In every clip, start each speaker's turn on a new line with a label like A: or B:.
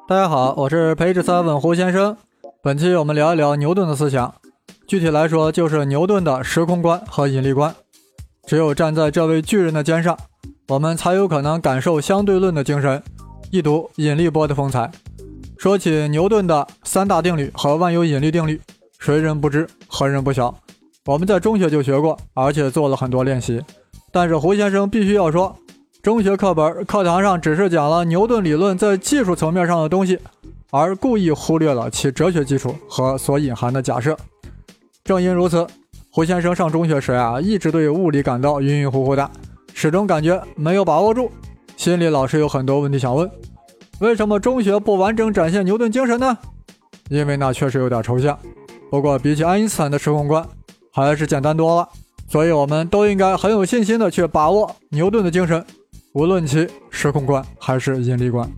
A: 大家好，我是培智3问胡先生。本期我们聊一聊牛顿的思想，具体来说就是牛顿的时空观和引力观。只有站在这位巨人的肩上，我们才有可能感受相对论的精神，一睹引力波的风采。说起牛顿的三大定律和万有引力定律，谁人不知，何人不晓。我们在中学就学过，而且做了很多练习。但是胡先生必须要说，中学课堂上只是讲了牛顿理论在技术层面上的东西，而故意忽略了其哲学基础和所隐含的假设。正因如此，胡先生上中学时一直对物理感到晕晕乎乎的，始终感觉没有把握住，心里老是有很多问题想问。为什么中学不完整展现牛顿精神呢？因为那确实有点抽象，不过比起爱因斯坦的时空观还是简单多了，所以我们都应该很有信心的去把握牛顿的精神，无论其时空观还是引力观。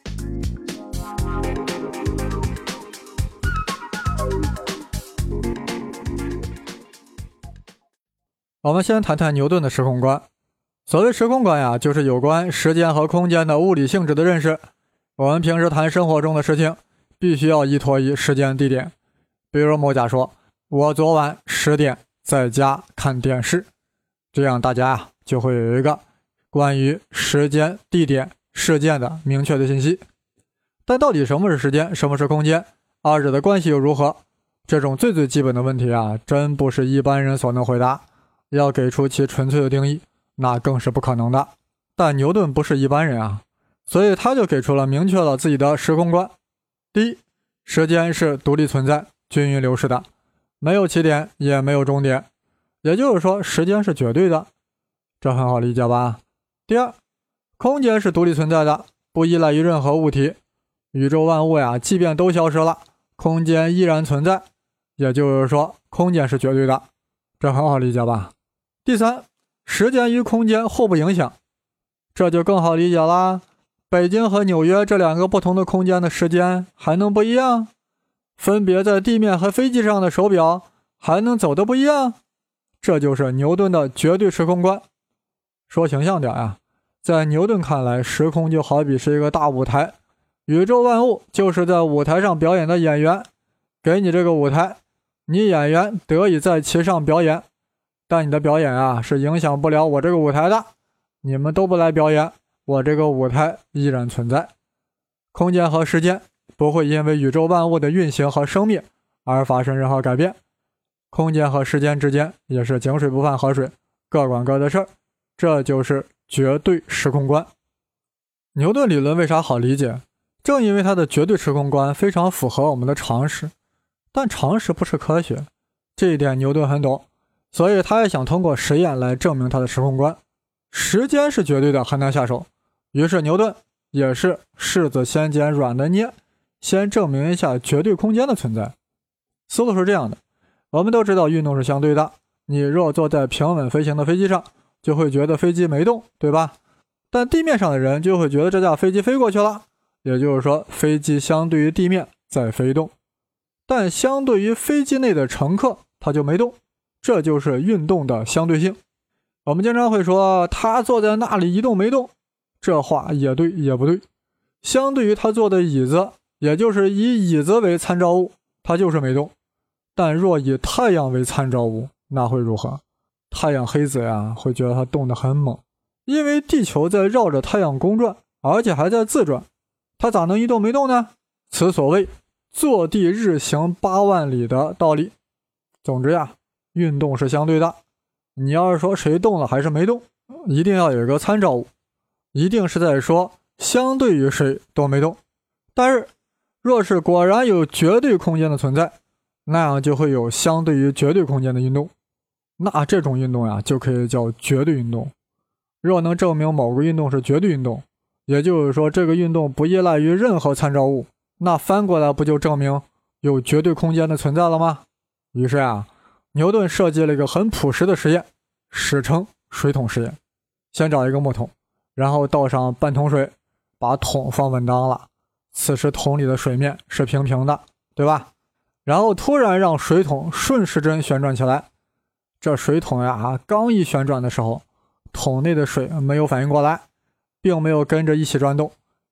A: 我们先谈谈牛顿的时空观。所谓时空观就是有关时间和空间的物理性质的认识。我们平时谈生活中的事情，必须要依托于时间地点。比如某甲说，我昨晚10点在家看电视，这样大家就会有一个关于时间、地点、事件的明确的信息。但到底什么是时间，什么是空间，二者的关系又如何？这种最基本的问题真不是一般人所能回答。要给出其纯粹的定义，那更是不可能的。但牛顿不是一般人所以他就给出了明确了自己的时空观。第一，时间是独立存在、均匀流逝的，没有起点也没有终点，也就是说时间是绝对的，这很好理解吧？第二，空间是独立存在的，不依赖于任何物体，宇宙万物即便都消失了，空间依然存在，也就是说空间是绝对的，这很好理解吧？第三，时间与空间互不影响，这就更好理解啦。北京和纽约这两个不同的空间的时间还能不一样？分别在地面和飞机上的手表还能走得不一样？这就是牛顿的绝对时空观。说形象点在牛顿看来，时空就好比是一个大舞台，宇宙万物就是在舞台上表演的演员，给你这个舞台，你演员得以在其上表演，但你的表演是影响不了我这个舞台的，你们都不来表演，我这个舞台依然存在。空间和时间不会因为宇宙万物的运行和生灭而发生任何改变，空间和时间之间也是井水不犯河水，各管各的事儿，这就是绝对时空观。牛顿理论为啥好理解？正因为它的绝对时空观非常符合我们的常识，但常识不是科学，这一点牛顿很懂，所以他也想通过实验来证明他的时空观。时间是绝对的，很难下手，于是牛顿也是柿子先捡软的捏，先证明一下绝对空间的存在。思路是这样的，我们都知道运动是相对的，你若坐在平稳飞行的飞机上，就会觉得飞机没动，对吧？但地面上的人就会觉得这架飞机飞过去了，也就是说飞机相对于地面在飞动，但相对于飞机内的乘客它就没动，这就是运动的相对性。我们经常会说他坐在那里一动没动，这话也对也不对。相对于他坐的椅子，也就是以椅子为参照物，他就是没动。但若以太阳为参照物，那会如何？太阳黑子会觉得它动得很猛，因为地球在绕着太阳公转，而且还在自转，它咋能一动没动呢？此所谓坐地日行8万里的道理。总之运动是相对的，你要是说谁动了还是没动，一定要有一个参照物，一定是在说相对于谁都没动。但是若是果然有绝对空间的存在，那样就会有相对于绝对空间的运动，那这种运动就可以叫绝对运动。若能证明某个运动是绝对运动，也就是说这个运动不依赖于任何参照物，那翻过来不就证明有绝对空间的存在了吗？于是牛顿设计了一个很朴实的实验，史称水桶实验。先找一个木桶，然后倒上半桶水，把桶放稳当了，此时桶里的水面是平平的，对吧？然后突然让水桶顺时针旋转起来，这水桶刚一旋转的时候，桶内的水没有反应过来，并没有跟着一起转动，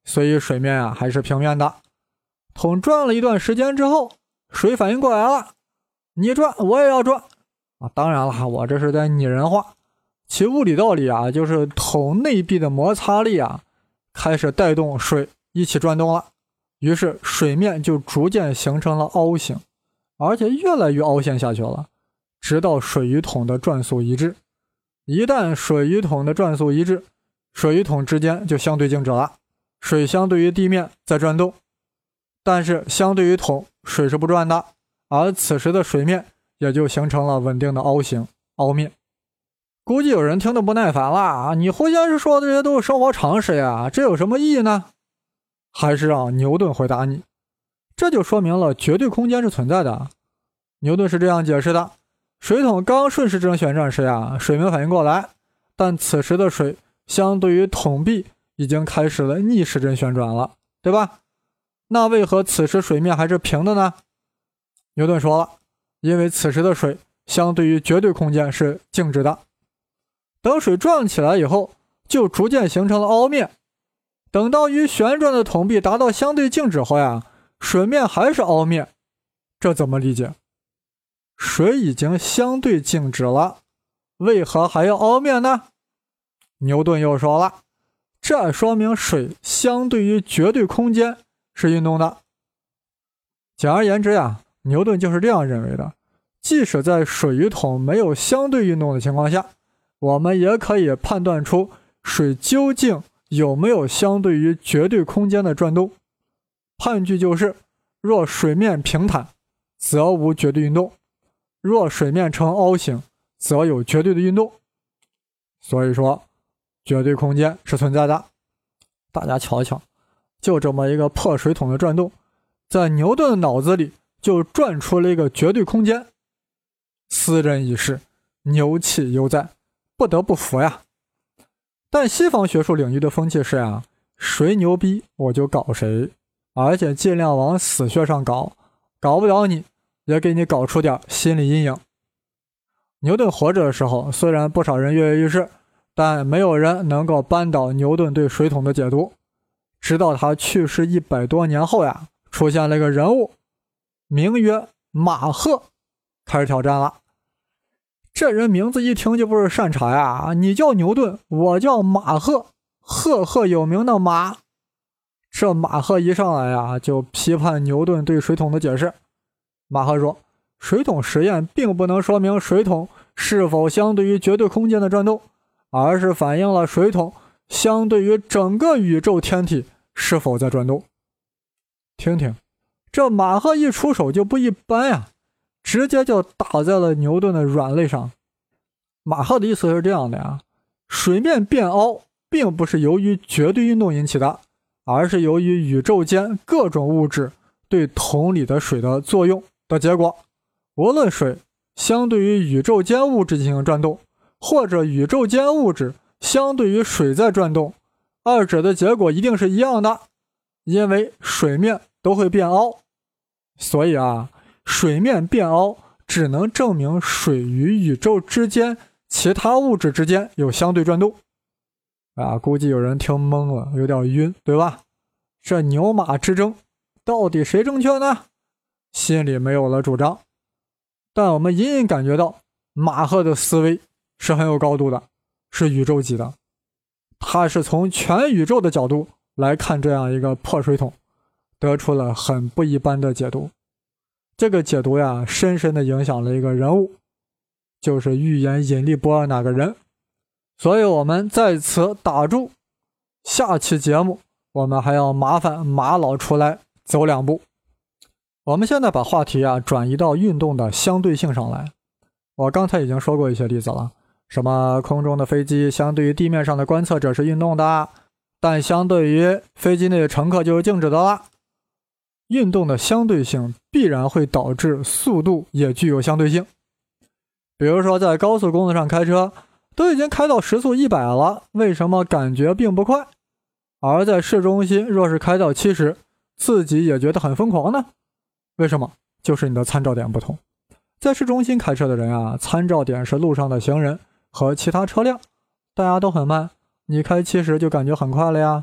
A: 所以水面啊还是平面的。桶转了一段时间之后，水反应过来了，你转我也要转啊！当然了，我这是在拟人化，其物理道理啊，就是桶内壁的摩擦力啊开始带动水一起转动了，于是水面就逐渐形成了凹形，而且越来越凹陷下去了，直到水与桶的转速一致。一旦水与桶的转速一致，水与桶之间就相对静止了，水相对于地面在转动，但是相对于桶，水是不转的，而此时的水面也就形成了稳定的凹形凹面。估计有人听得不耐烦了啊！你胡先生说的这些都是生活常识呀，这有什么意义呢？还是让牛顿回答你。这就说明了绝对空间是存在的。牛顿是这样解释的：水桶刚顺时针旋转时呀，水没反应过来，但此时的水相对于桶壁已经开始了逆时针旋转了，对吧？那为何此时水面还是平的呢？牛顿说了，因为此时的水相对于绝对空间是静止的。等水转起来以后，就逐渐形成了凹面。等到与旋转的桶壁达到相对静止后呀，水面还是凹面。这怎么理解？水已经相对静止了，为何还要凹面呢？牛顿又说了，这说明水相对于绝对空间是运动的。简而言之呀，牛顿就是这样认为的。即使在水与桶没有相对运动的情况下，我们也可以判断出水究竟有没有相对于绝对空间的转动。判句就是，若水面平坦，则无绝对运动；若水面呈凹形，则有绝对的运动。所以说，绝对空间是存在的。大家瞧瞧，就这么一个破水桶的转动，在牛顿的脑子里就转出了一个绝对空间。斯人已逝，牛气犹在，不得不服呀。但西方学术领域的风气是啊，谁牛逼我就搞谁，而且尽量往死穴上搞，搞不了你也给你搞出点心理阴影。牛顿活着的时候，虽然不少人跃跃欲试，但没有人能够扳倒牛顿对水桶的解读。直到他去世100多年后呀，出现了一个人物，名曰马赫，开始挑战了。这人名字一听就不是善茬呀，你叫牛顿，我叫马赫，赫赫有名的马。这马赫一上来呀，就批判牛顿对水桶的解释。马赫说，水桶实验并不能说明水桶是否相对于绝对空间的转动，而是反映了水桶相对于整个宇宙天体是否在转动。听听，这马赫一出手就不一般呀，直接就打在了牛顿的软肋上。马赫的意思是这样的呀，水面变凹并不是由于绝对运动引起的，而是由于宇宙间各种物质对桶里的水的作用的结果。无论水相对于宇宙间物质进行转动，或者宇宙间物质相对于水在转动，二者的结果一定是一样的，因为水面都会变凹。所以啊，水面变凹只能证明水与宇宙之间其他物质之间有相对转动。估计有人听懵了，有点晕，对吧？这牛马之争到底谁正确呢？心里没有了主张。但我们隐隐感觉到马赫的思维是很有高度的，是宇宙级的。他是从全宇宙的角度来看这样一个破水桶，得出了很不一般的解读。这个解读呀，深深地影响了一个人物，就是预言引力波那个人。所以我们在此打住，下期节目我们还要麻烦马老出来走两步。我们现在把话题转移到运动的相对性上来。我刚才已经说过一些例子了，什么空中的飞机相对于地面上的观测者是运动的，但相对于飞机内的乘客就是静止的了。运动的相对性必然会导致速度也具有相对性。比如说在高速公路上开车，都已经开到时速100了，为什么感觉并不快？而在市中心若是开到70，自己也觉得很疯狂呢？为什么？就是你的参照点不同。在市中心开车的人参照点是路上的行人和其他车辆，大家都很慢，你开70就感觉很快了呀。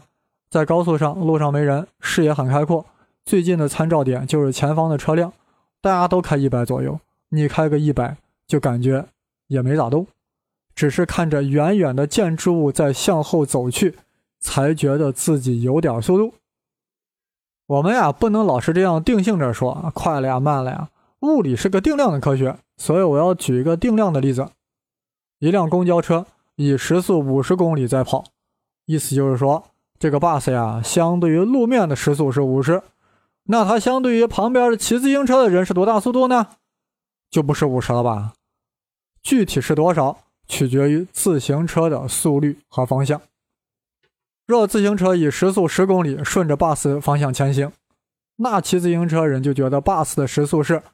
A: 在高速上，路上没人，视野很开阔，最近的参照点就是前方的车辆，大家都开100左右，你开个100就感觉也没咋动，只是看着远远的建筑物在向后走去，才觉得自己有点速度。我们呀不能老是这样定性着说快了呀慢了呀，物理是个定量的科学，所以我要举一个定量的例子。一辆公交车以时速50公里在跑，意思就是说这个 bus 呀相对于路面的时速是50，那它相对于旁边的骑自行车的人是多大速度呢？就不是50了吧？具体是多少取决于自行车的速率和方向。若自行车以时速10公里顺着 bus 方向前行，那骑自行车人就觉得 bus 的时速是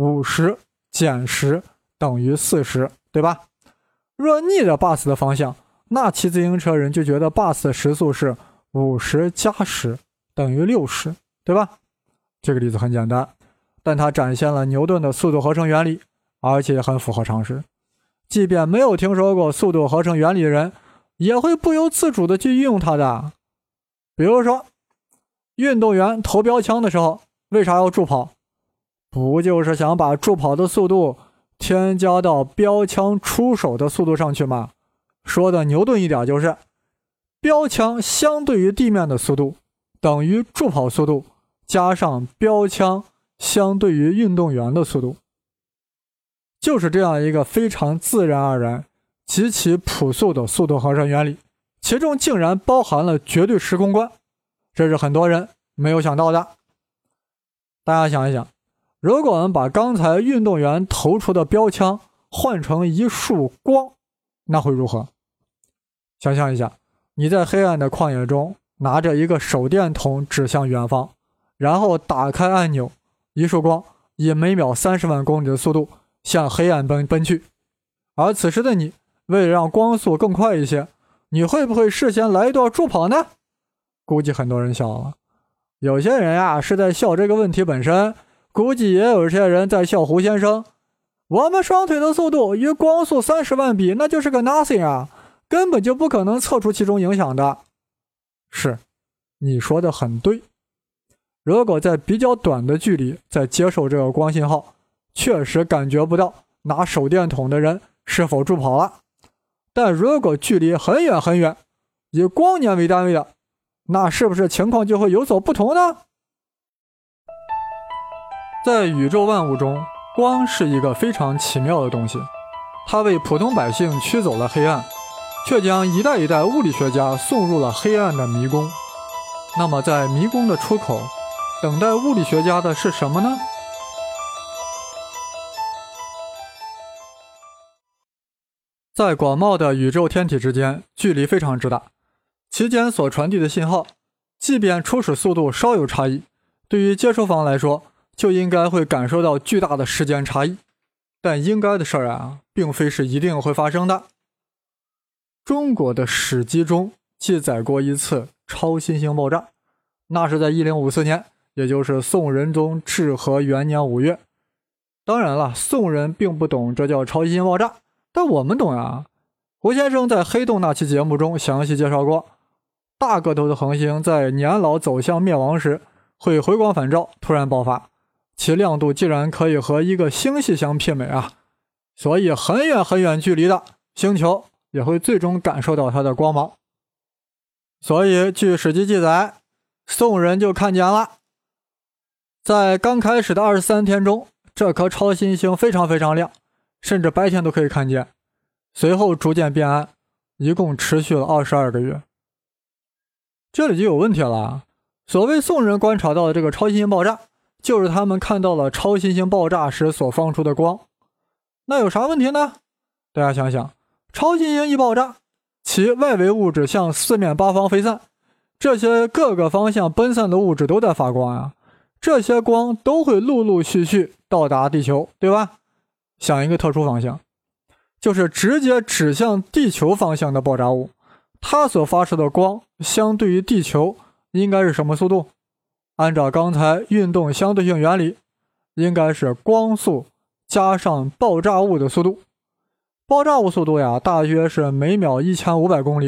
A: 50减10等于40，对吧？若逆着 bus 的方向，那骑自行车人就觉得 bus 的时速是50加10等于60，对吧？这个例子很简单，但它展现了牛顿的速度合成原理，而且很符合常识。即便没有听说过速度合成原理的人，也会不由自主的去运用它的。比如说，运动员投标枪的时候，为啥要助跑？不就是想把助跑的速度添加到标枪出手的速度上去吗？说的牛顿一点就是，标枪相对于地面的速度等于助跑速度加上标枪相对于运动员的速度。就是这样一个非常自然而然极其朴素的速度合成原理，其中竟然包含了绝对时空观，这是很多人没有想到的。大家想一想，如果我们把刚才运动员投出的标枪换成一束光，那会如何？想象一下，你在黑暗的旷野中拿着一个手电筒指向远方，然后打开按钮，一束光以每秒30万公里的速度向黑暗奔去。而此时的你，为了让光速更快一些，你会不会事先来一段助跑呢？估计很多人笑了。有些人呀是在笑这个问题本身，估计也有些人在笑胡先生。我们双腿的速度与光速30万比，那就是个 nothing 啊，根本就不可能测出其中影响的。是，你说的很对。如果在比较短的距离在接受这个光信号，确实感觉不到拿手电筒的人是否助跑了。但如果距离很远很远，以光年为单位的，那是不是情况就会有所不同呢？在宇宙万物中，光是一个非常奇妙的东西，它为普通百姓驱走了黑暗，却将一代一代物理学家送入了黑暗的迷宫。那么在迷宫的出口，等待物理学家的是什么呢？在广袤的宇宙天体之间，距离非常之大，其间所传递的信号，即便初始速度稍有差异，对于接收方来说，就应该会感受到巨大的时间差异。但应该的事儿啊，并非是一定会发生的。中国的史籍中记载过一次超新星爆炸，那是在1054年，也就是宋仁宗至和元年5月。当然了，宋人并不懂这叫超新星爆炸，但我们懂呀。胡先生在黑洞那期节目中详细介绍过，大个头的恒星在年老走向灭亡时会回光返照，突然爆发，其亮度竟然可以和一个星系相媲美啊！所以很远很远距离的星球也会最终感受到它的光芒。所以据史记记载，宋人就看见了，在刚开始的23天中，这颗超新星非常非常亮，甚至白天都可以看见，随后逐渐变暗，一共持续了22个月。这里就有问题了，所谓宋人观察到的这个超新星爆炸，就是他们看到了超新星爆炸时所放出的光。那有啥问题呢？大家想想，超新星一爆炸，其外围物质向四面八方飞散，这些各个方向奔散的物质都在发光啊，这些光都会陆陆续续到达地球，对吧？想一个特殊方向，就是直接指向地球方向的爆炸物，它所发射的光相对于地球应该是什么速度？按照刚才运动相对性原理，应该是光速加上爆炸物的速度。爆炸物速度呀，大约是每秒1500公里，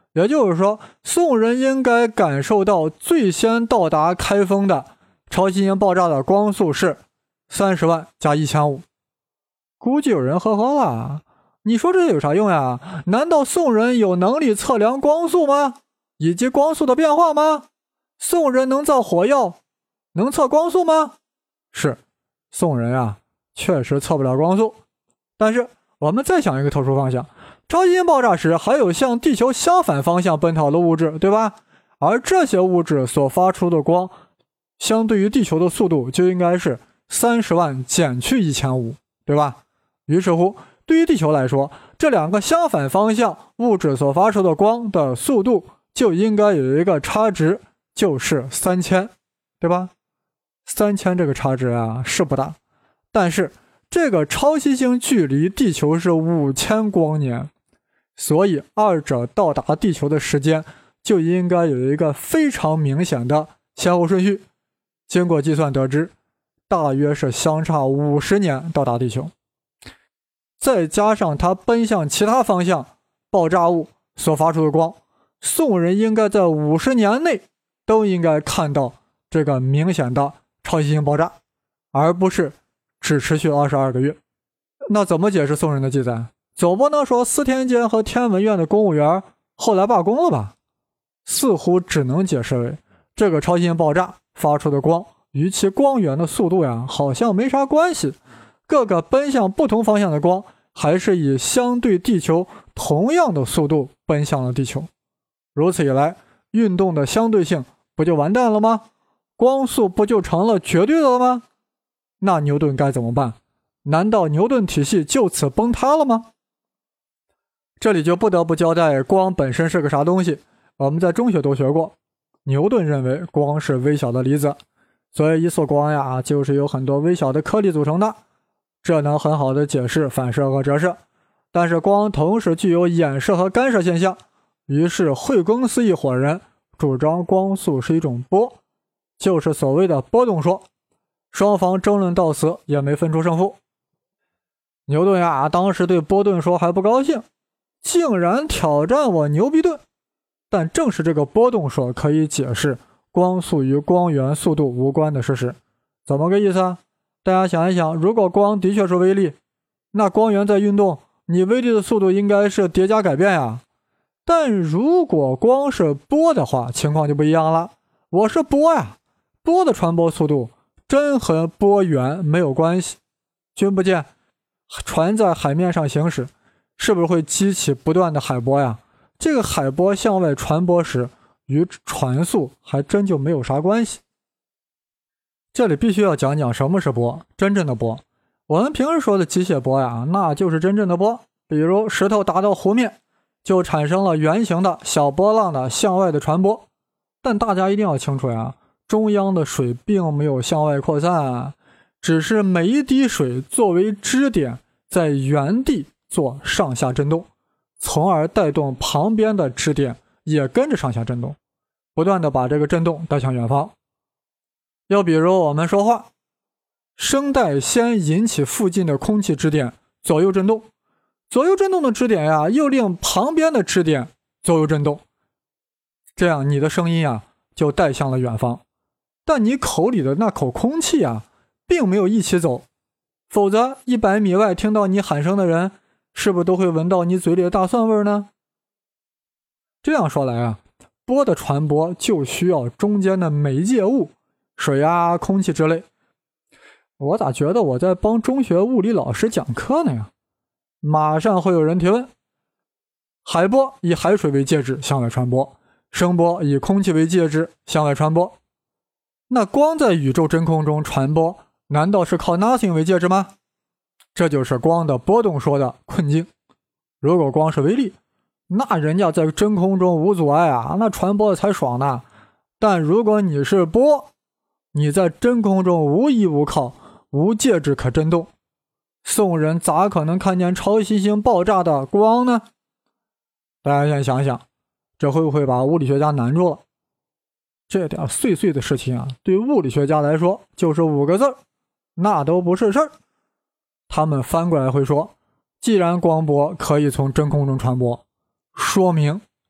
A: 也就是说，宋人应该感受到最先到达开封的超新星爆炸的光速是30万加1500。估计有人呵呵了，你说这有啥用呀？难道宋人有能力测量光速吗？以及光速的变化吗？宋人能造火药，能测光速吗？是，宋人啊，确实测不了光速。但是我们再想一个特殊方向，超新星爆炸时还有向地球相反方向奔逃的物质，对吧？而这些物质所发出的光，相对于地球的速度就应该是30万减去1500，对吧？于是乎，对于地球来说，这两个相反方向物质所发出的光的速度就应该有一个差值，就是3000，对吧？3000这个差值啊是不大，但是这个超新星距离地球是5000光年，所以二者到达地球的时间就应该有一个非常明显的先后顺序。经过计算得知，大约是相差50年到达地球。再加上它奔向其他方向爆炸物所发出的光，宋人应该在50年内都应该看到这个明显的超新星爆炸，而不是只持续22个月。那怎么解释宋人的记载？总不能说司天监和天文院的公务员后来罢工了吧？似乎只能解释为这个超新星爆炸发出的光与其光源的速度呀好像没啥关系，各个奔向不同方向的光还是以相对地球同样的速度奔向了地球。如此一来，运动的相对性不就完蛋了吗？光速不就成了绝对的了吗？那牛顿该怎么办？难道牛顿体系就此崩塌了吗？这里就不得不交代光本身是个啥东西。我们在中学都学过，牛顿认为光是微小的粒子，所以一束光呀就是由很多微小的颗粒组成的，这能很好的解释反射和折射。但是光同时具有衍射和干涉现象，于是惠更斯一伙人主张光速是一种波，就是所谓的波动说。双方争论到死也没分出胜负。牛顿呀当时对波顿说还不高兴，竟然挑战我牛逼顿。但正是这个波动说可以解释光速与光源速度无关的事实。怎么个意思啊？大家想一想，如果光的确是微粒，那光源在运动，你微粒的速度应该是叠加改变呀。但如果光是波的话，情况就不一样了。我是波呀，波的传播速度真和波源没有关系。君不见船在海面上行驶，是不是会激起不断的海波呀？这个海波向外传播时，与船速还真就没有啥关系。这里必须要讲讲什么是波，真正的波。我们平时说的机械波呀，那就是真正的波。比如石头打到湖面，就产生了圆形的小波浪的向外的传播。但大家一定要清楚呀，中央的水并没有向外扩散，只是每一滴水作为支点，在原地做上下震动，从而带动旁边的支点也跟着上下震动，不断的把这个震动带向远方。又比如我们说话，声带先引起附近的空气支点左右震动，左右震动的支点呀，又令旁边的支点左右震动，这样你的声音呀就带向了远方。但你口里的那口空气啊，并没有一起走，否则100米外听到你喊声的人，是不是都会闻到你嘴里的大蒜味呢？这样说来啊，波的传播就需要中间的媒介物，水啊、空气之类。我咋觉得我在帮中学物理老师讲课呢呀？马上会有人提问。海波以海水为介质向外传播，声波以空气为介质向外传播。那光在宇宙真空中传播，难道是靠 nothing 为介质吗？这就是光的波动说的困境。如果光是微粒，那人家在真空中无阻碍啊，那传播的才爽呢。但如果你是波，你在真空中无依无靠，无介质可震动，宋人咋可能看见超新星爆炸的光呢？大家先想想，这会不会把物理学家难住了？这点碎碎的事情啊，对物理学家来说就是5个字，那都不是事儿。他们翻过来会说，既然光波可以从真空中传播，说明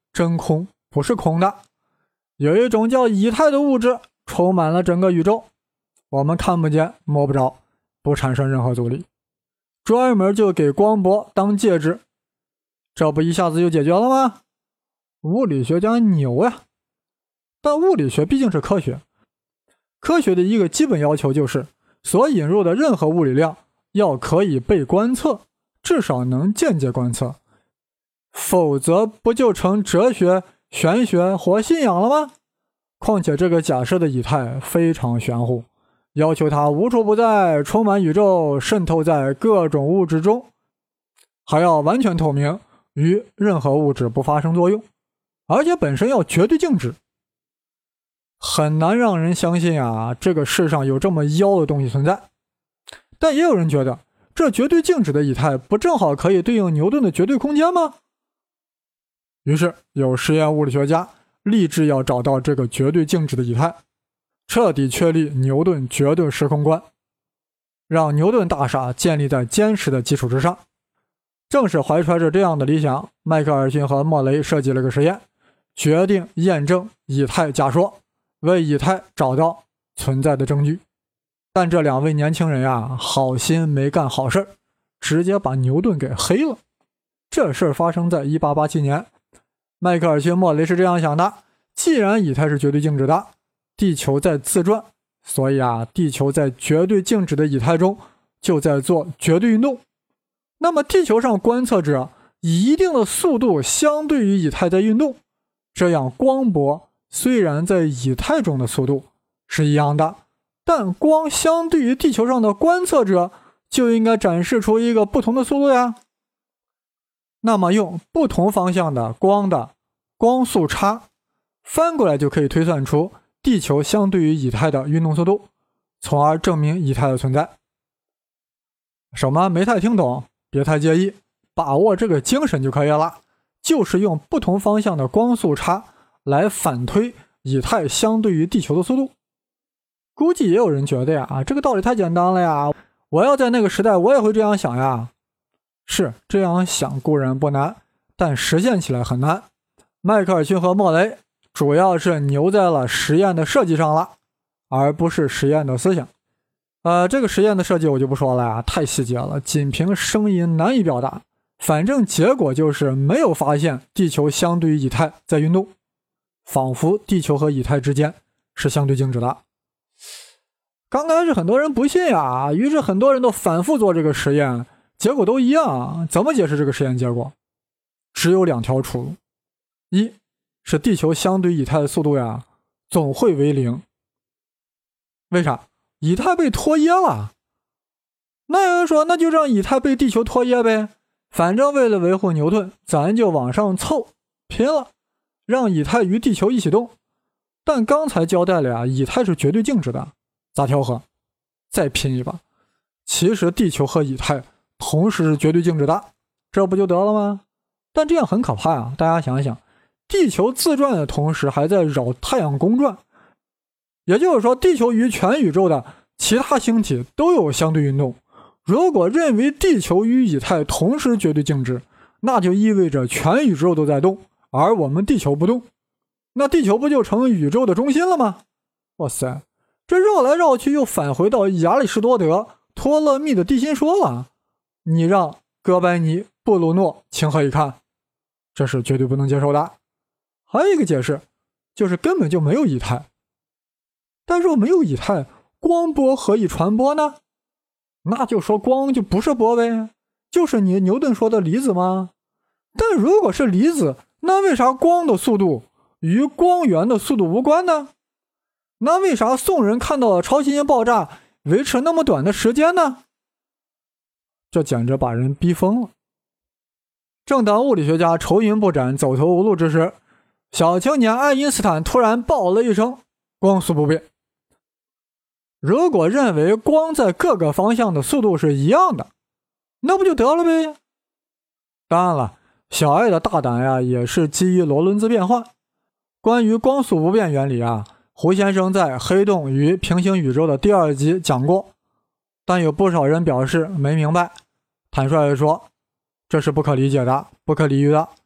A: 真空不是空的，有一种叫以太的物质充满了整个宇宙，我们看不见摸不着，不产生任何阻力，专门就给光波当介质，这不一下子就解决了吗？物理学家牛呀！但物理学毕竟是科学，科学的一个基本要求就是所引入的任何物理量要可以被观测，至少能间接观测，否则不就成哲学、玄学或信仰了吗？况且这个假设的以太非常玄乎，要求它无处不在，充满宇宙，渗透在各种物质中，还要完全透明，与任何物质不发生作用，而且本身要绝对静止。很难让人相信啊，这个世上有这么妖的东西存在。但也有人觉得，这绝对静止的以太不正好可以对应牛顿的绝对空间吗？于是有实验物理学家立志要找到这个绝对静止的以太，彻底确立牛顿绝对时空观，让牛顿大厦建立在坚实的基础之上。正是怀揣着这样的理想，迈克尔逊和莫雷设计了个实验，决定验证以太假说，为以太找到存在的证据。但这两位年轻人呀，好心没干好事，直接把牛顿给黑了。这事发生在1887年，迈克尔逊、莫雷是这样想的：既然以太是绝对静止的，地球在自转，所以啊，地球在绝对静止的以太中就在做绝对运动。那么地球上观测者以一定的速度相对于以太在运动，这样光波虽然在以太中的速度是一样的，但光相对于地球上的观测者就应该展示出一个不同的速度呀。那么用不同方向的光的光速差翻过来就可以推算出地球相对于以太的运动速度，从而证明以太的存在。什么没太听懂？别太介意，把握这个精神就可以了，就是用不同方向的光速差来反推以太相对于地球的速度。估计也有人觉得呀，这个道理太简单了呀，我要在那个时代我也会这样想呀。是这样想固然不难，但实现起来很难。迈克尔逊和莫雷主要是牛在了实验的设计上了，而不是实验的思想。这个实验的设计我就不说了呀，太细节了，仅凭声音难以表达。反正结果就是没有发现地球相对于以太在运动，仿佛地球和以太之间是相对静止的。刚开始很多人不信呀，于是很多人都反复做这个实验，结果都一样。怎么解释这个实验结果？只有两条出路，一是地球相对以太的速度呀总会为零。为啥？以太被拖曳了。那有人说，那就让以太被地球拖曳呗，反正为了维护牛顿，咱就往上凑，拼了，让以太与地球一起动。但刚才交代了呀，以太是绝对静止的，咋调和？再拼一把。其实地球和以太同时是绝对静止的，这不就得了吗？但这样很可怕啊！大家想想，地球自转的同时还在绕太阳公转，也就是说地球与全宇宙的其他星体都有相对运动。如果认为地球与以太同时绝对静止，那就意味着全宇宙都在动，而我们地球不动，那地球不就成宇宙的中心了吗？哇塞，这绕来绕去又返回到亚里士多德、托勒密的地心说了，你让哥白尼、布鲁诺情何以堪？这是绝对不能接受的。还有一个解释，就是根本就没有以太。但若没有以太，光波何以传播呢？那就说光就不是波呗，就是你牛顿说的离子吗？但如果是离子，那为啥光的速度与光源的速度无关呢？那为啥宋人看到了超新星爆炸维持那么短的时间呢？这简直把人逼疯了。正当物理学家愁云不展、走投无路之时，小青年爱因斯坦突然爆了一声：光速不变。如果认为光在各个方向的速度是一样的，那不就得了呗？当然了，小爱的大胆呀，也是基于罗伦兹变换。关于光速不变原理啊，胡先生在《黑洞与平行宇宙》的第2集讲过，但有不少人表示没明白。坦率地说，这是不可理解的、不可理喻的。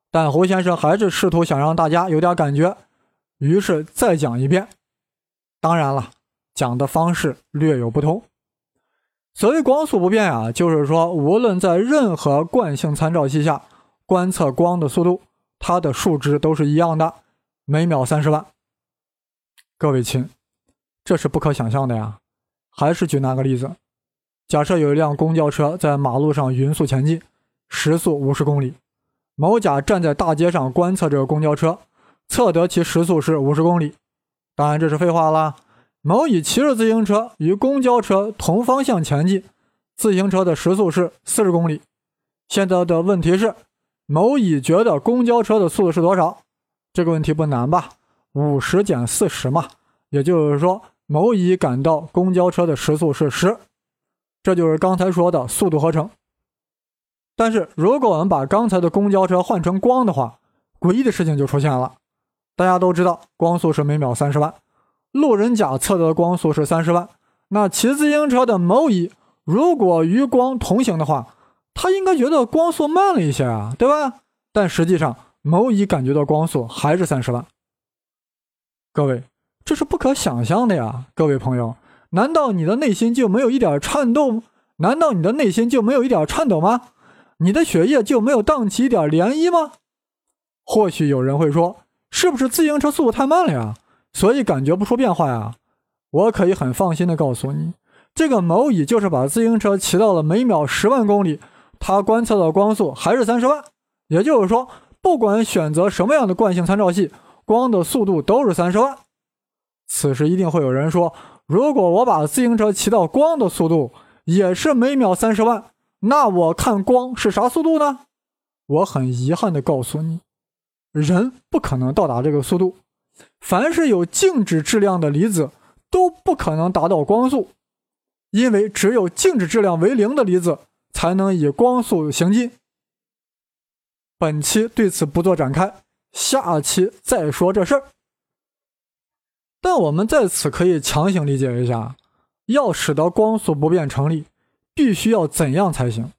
A: 但胡先生还是试图想让大家有点感觉，于是再讲一遍。当然了，讲的方式略有不同。所谓光速不变啊，就是说无论在任何惯性参照系下观测光的速度，它的数值都是一样的，每秒30万。各位亲，这是不可想象的呀。还是举那个例子，假设有一辆公交车在马路上匀速前进，时速50公里。某甲站在大街上观测这个公交车，测得其时速是50公里。当然这是废话啦。某乙骑着自行车与公交车同方向前进，自行车的时速是40公里。现在的问题是，某乙觉得公交车的速度是多少？这个问题不难吧？50减40嘛，也就是说某乙感到公交车的时速是10，这就是刚才说的速度合成。但是如果我们把刚才的公交车换成光的话，诡异的事情就出现了。大家都知道光速是每秒30万，路人甲测得的光速是30万，那骑自行车的某乙如果与光同行的话，他应该觉得光速慢了一些啊，对吧？但实际上某乙感觉到光速还是30万。各位，这是不可想象的呀！各位朋友，难道你的内心就没有一点颤动？难道你的内心就没有一点颤抖吗？你的血液就没有荡起一点涟漪吗？或许有人会说，是不是自行车速度太慢了呀，所以感觉不出变化呀？我可以很放心的告诉你，这个某乙就是把自行车骑到了每秒10万公里，他观测到光速还是30万。也就是说，不管选择什么样的惯性参照系，光的速度都是30万。此时一定会有人说，如果我把自行车骑到光的速度也是每秒30万，那我看光是啥速度呢？我很遗憾的告诉你，人不可能到达这个速度。凡是有静止质量的离子都不可能达到光速，因为只有静止质量为0的离子才能以光速行进。本期对此不做展开，下期再说这事儿。但我们在此可以强行理解一下，要使得光速不变成立，必须要怎样才行？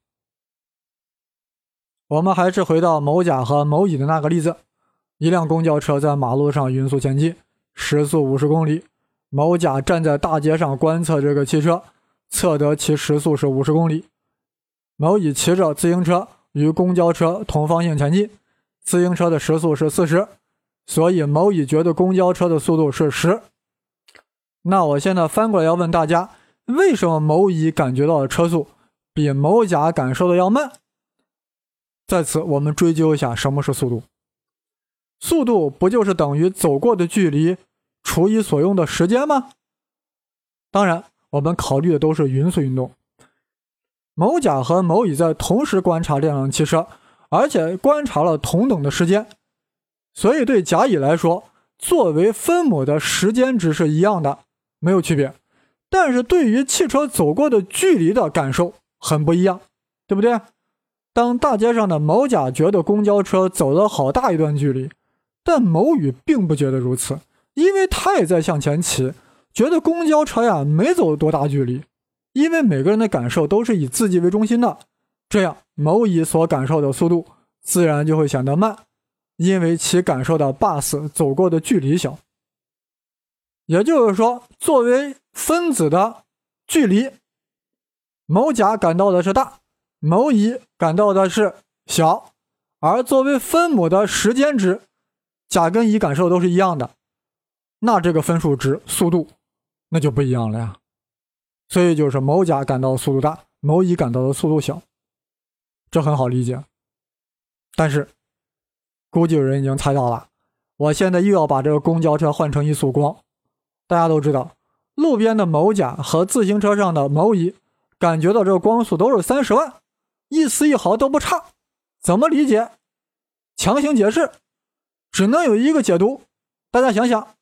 A: 我们还是回到某甲和某乙的那个例子，一辆公交车在马路上匀速前进，时速50公里。某甲站在大街上观测这个汽车，测得其时速是50公里。某乙骑着自行车与公交车同方向前进，自行车的时速是40，所以某乙觉得公交车的速度是10。那我现在翻过来要问大家，为什么某乙感觉到的车速比某甲感受的要慢？在此我们追究一下什么是速度。速度不就是等于走过的距离除以所用的时间吗？当然我们考虑的都是匀速运动。某甲和某乙在同时观察这辆汽车，而且观察了同等的时间，所以对甲乙来说，作为分母的时间值是一样的，没有区别。但是对于汽车走过的距离的感受很不一样，对不对？当大街上的某甲觉得公交车走了好大一段距离，但某乙并不觉得如此，因为他也在向前骑，觉得公交车呀没走多大距离。因为每个人的感受都是以自己为中心的，这样某乙所感受的速度自然就会显得慢，因为其感受到 bus 走过的距离小。也就是说，作为分子的距离，某甲感到的是大，某乙感到的是小，而作为分母的时间值，甲跟乙感受都是一样的，那这个分数值速度那就不一样了呀。所以就是某甲感到速度大，某乙感到的速度小，这很好理解。但是估计有人已经猜到了，我现在又要把这个公交车换成一束光。大家都知道，路边的某甲和自行车上的某乙感觉到这个光速都是30万，一丝一毫都不差。怎么理解？强行解释，只能有一个解读。大家想想，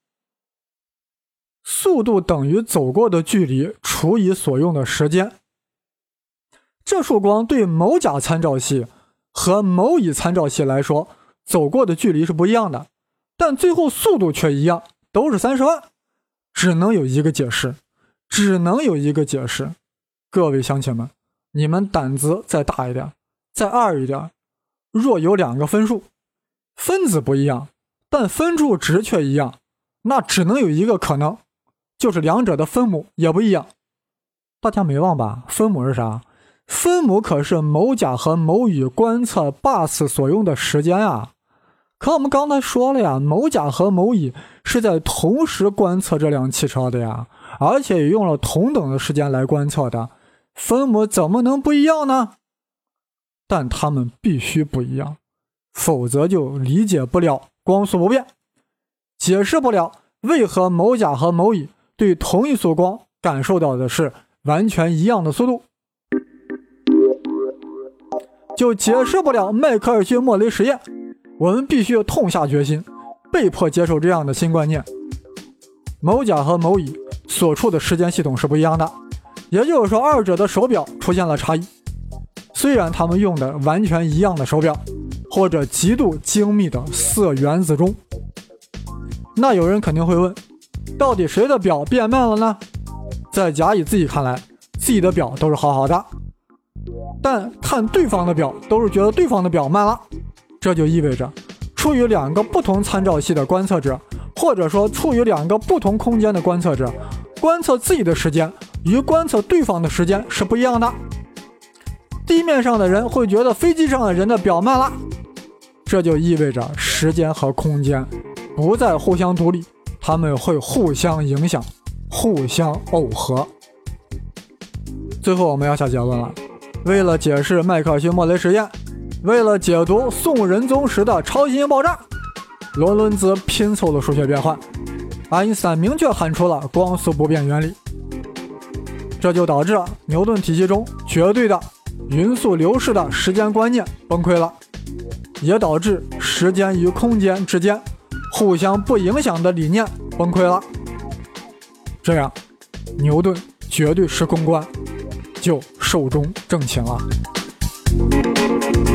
A: 速度等于走过的距离除以所用的时间。这束光对某甲参照系和某乙参照系来说，走过的距离是不一样的，但最后速度却一样，都是30万。只能有一个解释，只能有一个解释。各位乡亲们，你们胆子再大一点，再二一点。若有两个分数， 分子不一样，但分数值却一样，那只能有一个可能，就是两者的分母也不一样。大家没忘吧？分母是啥？分母可是某甲和某乙观测 bus 所用的时间啊。可我们刚才说了呀，某甲和某乙是在同时观测这辆汽车的呀，而且也用了同等的时间来观测的，分母怎么能不一样呢？但它们必须不一样，否则就理解不了光速不变，解释不了为何某甲和某乙对同一束光感受到的是完全一样的速度，就解释不了迈克尔逊莫雷实验。我们必须痛下决心，被迫接受这样的新观念。某甲和某乙所处的时间系统是不一样的，也就是说二者的手表出现了差异。虽然他们用的完全一样的手表，或者极度精密的铯原子钟。那有人肯定会问，到底谁的表变慢了呢？在甲乙自己看来，自己的表都是好好的，但看对方的表都是觉得对方的表慢了。这就意味着处于两个不同参照系的观测者，或者说处于两个不同空间的观测者，观测自己的时间与观测对方的时间是不一样的。地面上的人会觉得飞机上的人的表慢了，这就意味着时间和空间不再互相独立，它们会互相影响，互相耦合。最后我们要下结论了，为了解释迈克尔逊莫雷实验，为了解读宋仁宗时的超新星爆炸，罗伦兹拼凑了数学变换，爱因斯坦明确喊出了光速不变原理。这就导致了牛顿体系中绝对的匀速流逝的时间观念崩溃了，也导致时间与空间之间互相不影响的理念崩溃了。这样，牛顿绝对时空观就寿终正寝了。